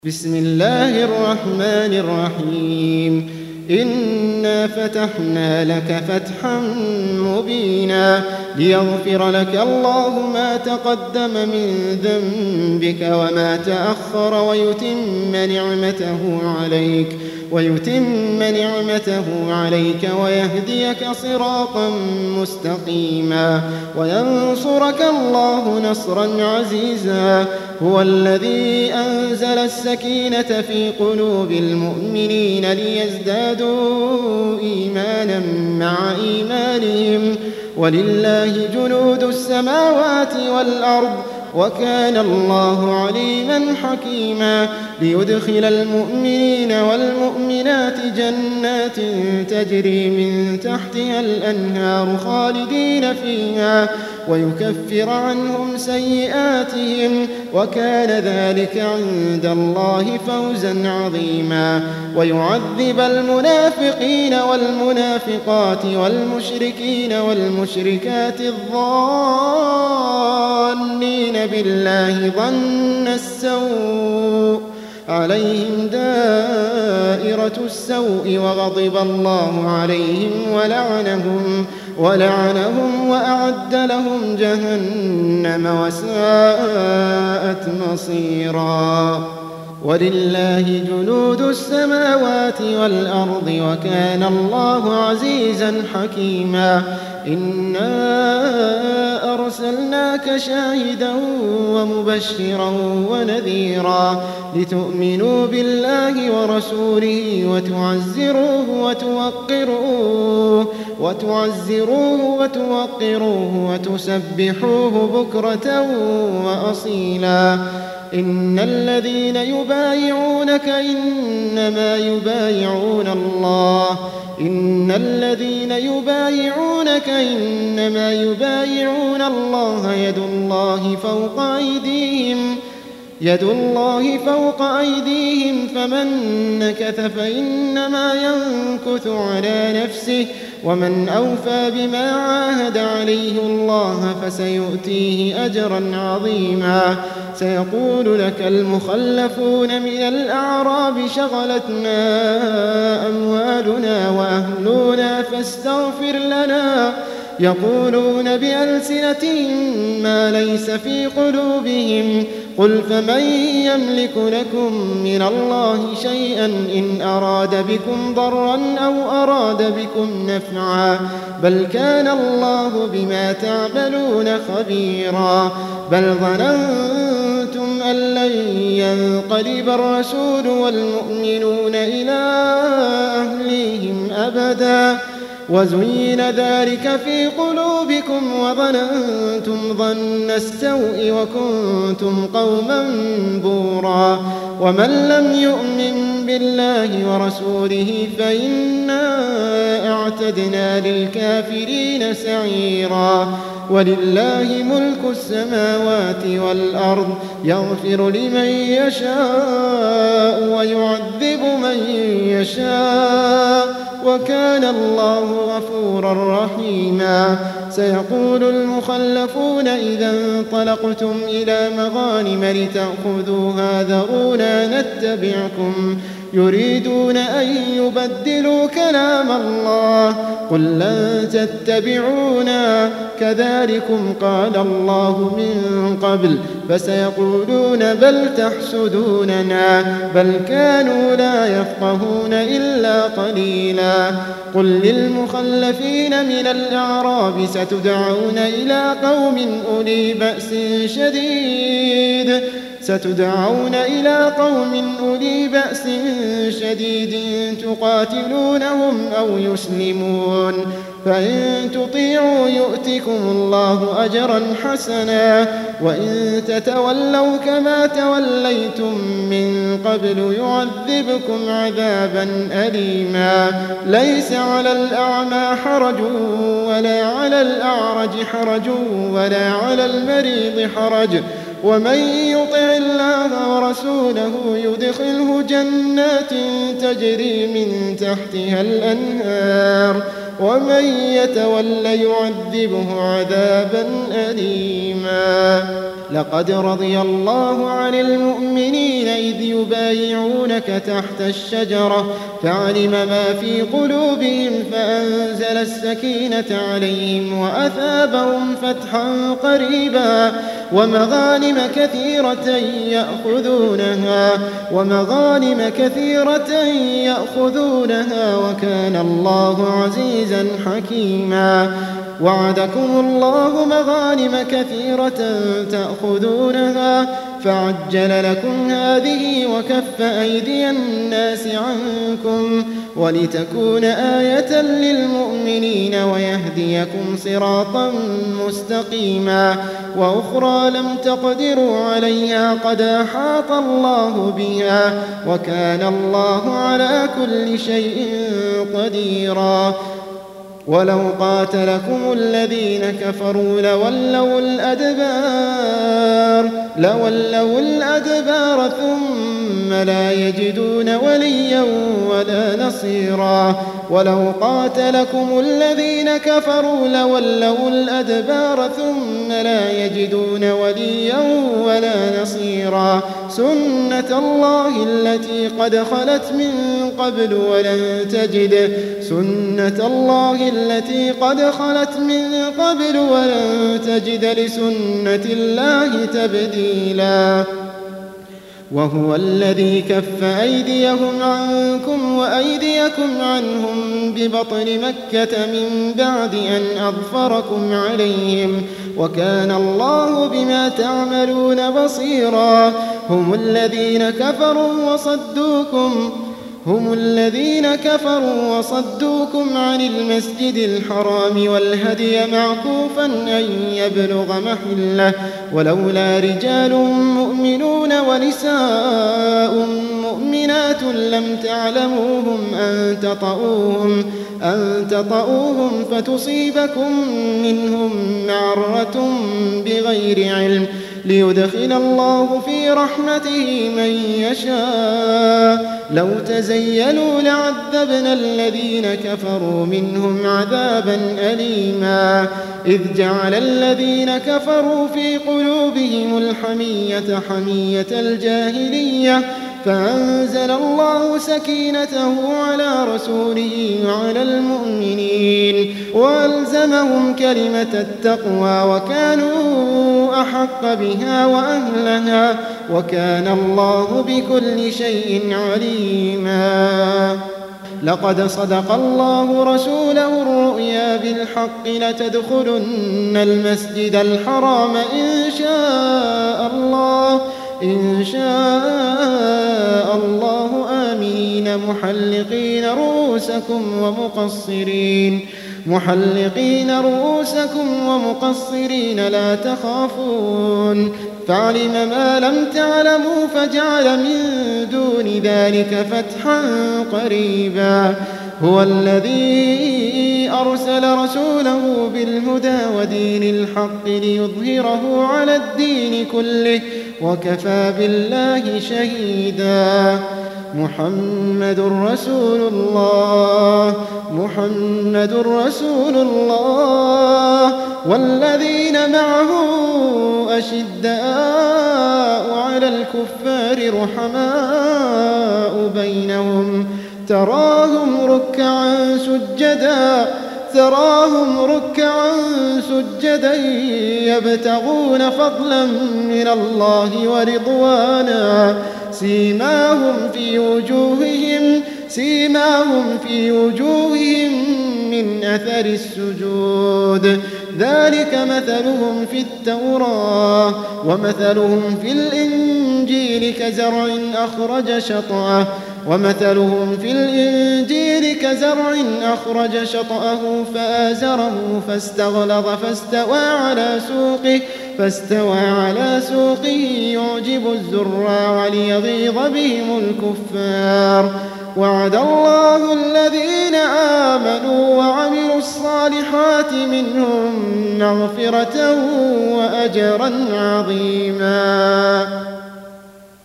بسم الله الرحمن الرحيم إنا فتحنا لك فتحا مبينا ليغفر لك الله ما تقدم من ذنبك وما تأخر ويتم نعمته عليك ويهديك صراطا مستقيما وينصرك الله نصرا عزيزا. هو الذي أنزل السكينة في قلوب المؤمنين ليزدادوا إيمانا مع إيمانهم ولله جنود السماوات والأرض وكان الله عليما حكيما. ليدخل المؤمنين والمؤمنات جنات تجري من تحتها الأنهار خالدين فيها ويكفر عنهم سيئاتهم وكان ذلك عند الله فوزا عظيما. ويعذب المنافقين والمنافقات والمشركين والمشركات الظانين بالله ظن السوء عليهم دائرة السوء وغضب الله عليهم ولعنهم وأعد لهم جهنم وساءت مصيرا. ولله جنود السماوات والأرض وكان الله عزيزا حكيما. إنا أرسلناك شاهدا ومبشرا ونذيرا لتؤمنوا بالله ورسوله وتعزروه وتوقروه وتسبحوه بكرة وأصيلا. إن الذين يبايعونك إنما يبايعون الله يد الله فوق أيديهم فمن نكث فإنما ينكث على نفسه ومن أوفى بما عاهد عليه الله فسيؤتيه أجرا عظيما. سيقول لك المخلفون من الأعراب شغلتنا أموالنا وأهلنا فاستغفر لنا يقولون بألسنتهم ما ليس في قلوبهم قل فمن يملك لكم من الله شيئا إن أراد بكم ضرا أو أراد بكم نفعا بل كان الله بما تعملون خبيرا. بل ظننتم أن لن ينقلب الرسول والمؤمنون إلى أهليهم أبدا وزين ذلك في قلوبكم وظننتم ظن السوء وكنتم قوما بورا. ومن لم يؤمن بالله ورسوله فإنا أعتدنا للكافرين سعيرا. ولله ملك السماوات والأرض يغفر لمن يشاء ويعذب من يشاء وكان الله غفورا رحيما. سيقول المخلفون إذا انطلقتم إلى مغانم لتأخذوها ذرونا نتبعكم يريدون أن يبدلوا كلام الله قل لن تتبعونا كذلكم قال الله من قبل فسيقولون بل تحسدوننا بل كانوا لا يفقهون إلا قليلا. قل للمخلفين من الأعراب ستدعون إلى قوم أولي بأس شديد تقاتلونهم أو يسلمون فإن تطيعوا يؤتكم الله أجرا حسنا وإن تتولوا كما توليتم من قبل يعذبكم عذابا أليما. ليس على الأعمى حرج ولا على الأعرج حرج ولا على المريض حرج ومن يطع الله ورسوله يدخله جنات تجري من تحتها الأنهار ومن يتول يعذبه عذابا أليما. لقد رضي الله عن المؤمنين إذ يبايعونك تحت الشجرة فعلم ما في قلوبهم فأنزل السكينة عليهم وأثابهم فتحا قريبا ومغانم كثيرة يأخذونها وكان الله عزيزا حكيما وعدكم الله مغانم كثيرة تأخذونها فعجل لكم هذه وكف أيدي الناس عنكم ولتكون آية للمؤمنين ويهديكم صراطا مستقيما وأخرى لم تقدروا عليها قد أحاط الله بها وكان الله على كل شيء قديرا ولو قاتلكم الذين كفروا لولوا الأدبار ثم لا يجدون وليا ولا نصيرا ولو قاتلكم الذين كفروا لولوا الأدبار ثم لا يجدون وليا ولا نصيرا سنة الله التي قد خلت من قبل ولن تجد لسنة الله تبديلا وهو الذي كف أيديهم عنكم وأيديكم عنهم ببطن مكة من بعد أن أظفركم عليهم وكان الله بما تعملون بصيرا هم الذين كفروا وصدوكم عن المسجد الحرام والهدي معكوفا أن يبلغ محله ولولا رجال مؤمنون ونساء مؤمنات لم تعلموهم أن تطؤوهم فتصيبكم منهم معرة بغير علم ليدخل الله في رحمته من يشاء لو تزيلوا لعذبنا الذين كفروا منهم عذابا أليما إذ جعل الذين كفروا في قلوبهم الحمية حمية الجاهلية فأنزل الله سكينته على رسوله وعلى المؤمنين وألزمهم كلمة التقوى وكانوا أحق بها وأهلها وكان الله بكل شيء عليما لقد صدق الله رسوله الرؤيا بالحق لتدخلن المسجد الحرام إن شاء الله آمنين محلقين رؤوسكم ومقصرين لا تخافون فعلم ما لم تعلموا فجعل من دون ذلك فتحا قريبا هو الذي أرسل رسوله بالهدى ودين الحق ليظهره على الدين كله وكفى بالله شهيدا محمد رسول الله والذين معه أشداء على الكفار رحماء بينهم تراهم ركعا سجدا يبتغون فضلا من الله ورضوانا سيماهم في وجوههم من أثر السجود ذلك مثلهم في التوراة ومثلهم في الإنجيل كزرع أخرج شطأه فآزره فاستغلظ فاستوى على سوقه يعجب الزراع ليغيظ بهم الكفار وعد الله الذين آمنوا وعملوا الصالحات منهم مغفرة وأجرا عظيما